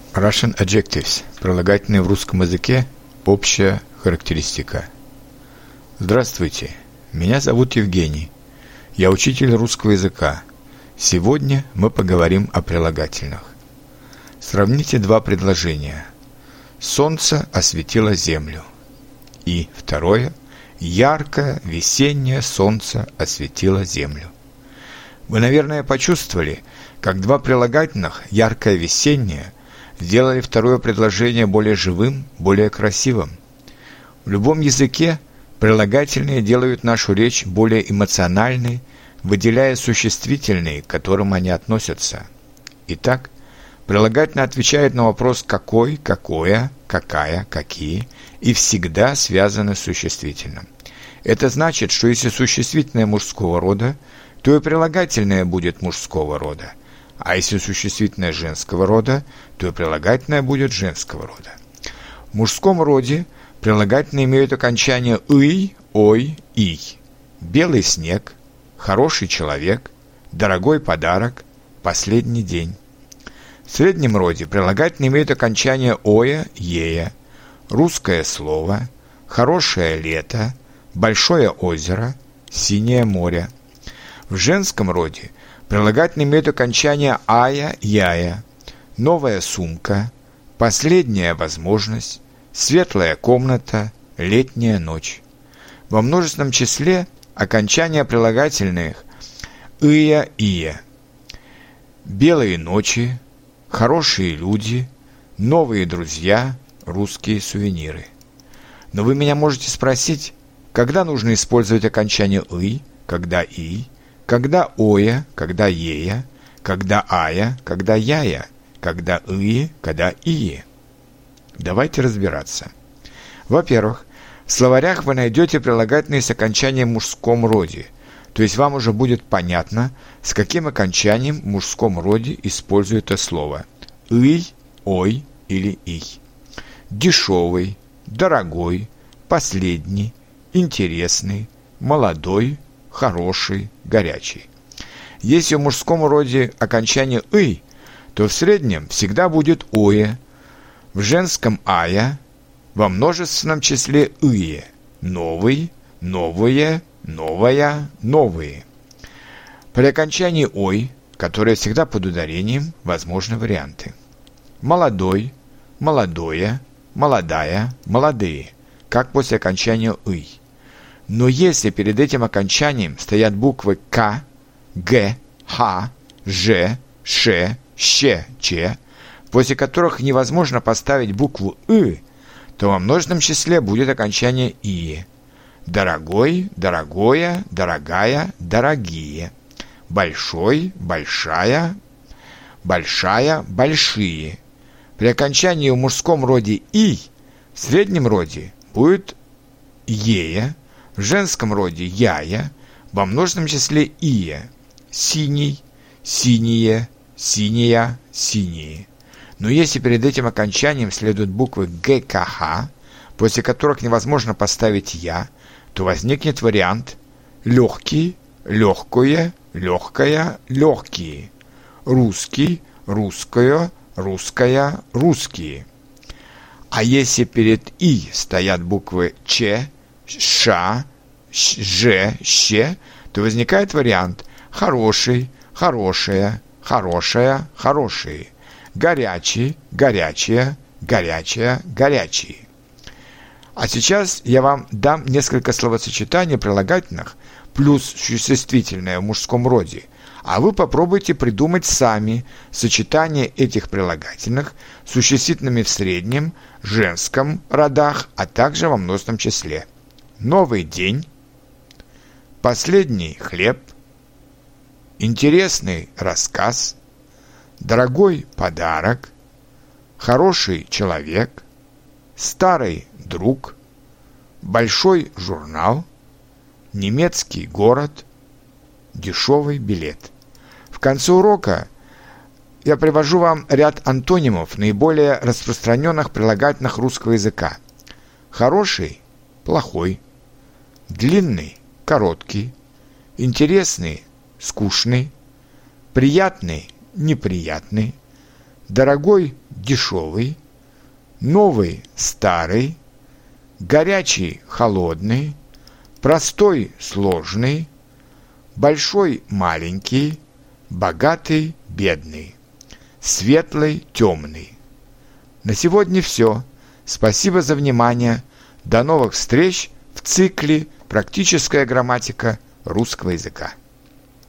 Russian adjectives. Прилагательные в русском языке. Общая характеристика. Здравствуйте. Меня зовут Евгений. Я учитель русского языка. Сегодня мы поговорим о прилагательных. Сравните два предложения. Солнце осветило землю. И второе. Яркое весеннее солнце осветило землю. Вы, наверное, почувствовали, как два прилагательных, яркое весеннее, сделали второе предложение более живым, более красивым. В любом языке прилагательные делают нашу речь более эмоциональной, выделяя существительные, к которым они относятся. Итак, прилагательное отвечает на вопрос «какой», «какое», «какая», «какие» и всегда связаны с существительным. Это значит, что если существительное мужского рода, то и прилагательное будет мужского рода. А если существительное женского рода, то и прилагательное будет женского рода. В мужском роде прилагательные имеют окончание «ый», «ой», «ий». Белый снег, хороший человек, дорогой подарок, последний день. В среднем роде прилагательные имеют окончание «оя», «ея», русское слово, хорошее лето, большое озеро, синее море. В женском роде прилагательные имеют окончание «ая», «яя», новая сумка, последняя возможность, светлая комната, летняя ночь. Во множественном числе окончания прилагательных «ия», «ия». Белые ночи, хорошие люди, новые друзья, русские сувениры. Но вы меня можете спросить, когда нужно использовать окончание «ый», когда «и», когда «оя», когда «ея», когда «ая», когда «яя», когда «ии», когда «ии». Давайте разбираться. Во-первых, в словарях вы найдете прилагательные с окончанием в мужском роде, то есть вам уже будет понятно, с каким окончанием в мужском роде используют это слово «ый», «ой» или «ий». Дешевый, дорогой, последний, интересный, молодой, хороший, горячий. Если в мужском роде окончание «ый», то в среднем всегда будет «ое», в женском «ая», во множественном числе «ые», новый, новые, новая, новые. При окончании «ой», которое всегда под ударением, возможны варианты. Молодой, молодое, молодая, молодые, как после окончания «ый». Но если перед этим окончанием стоят буквы «к», «г», «х», «ж», «ш», «щ», «ч», после которых невозможно поставить букву «ы», то во множественном числе будет окончание «и». Дорогой, дорогое, дорогая, дорогие. Большой, большая, большая, большие. При окончании в мужском роде «и» в среднем роде будет «ея», в женском роде «яя», во множественном числе «ия», синий, синие, синяя, синие. Но если перед этим окончанием следуют буквы «г», «к», «х», после которых невозможно поставить «я», то возникнет вариант легкий, легкое, легкая, легкие, русский, русское, русская, русские. А если перед «и» стоят буквы «ч», «ша», «ж», «щ», то возникает вариант хороший, хорошая, хорошая, хорошие, горячий, горячая, горячая, горячие. А сейчас я вам дам несколько словосочетаний прилагательных плюс существительное в мужском роде, а вы попробуйте придумать сами сочетание этих прилагательных с существительными в среднем, женском родах, а также во множественном числе. Новый день, последний хлеб, интересный рассказ, дорогой подарок, хороший человек, старый друг, большой журнал, немецкий город, дешевый билет. В конце урока я привожу вам ряд антонимов наиболее распространенных прилагательных русского языка. Хороший – плохой, длинный – короткий, интересный – скучный, приятный – неприятный, дорогой – дешевый, новый старый, горячий холодный, простой сложный, большой маленький, богатый бедный, светлый темный. На сегодня все. Спасибо за внимание. До новых встреч в цикле «Практическая грамматика русского языка».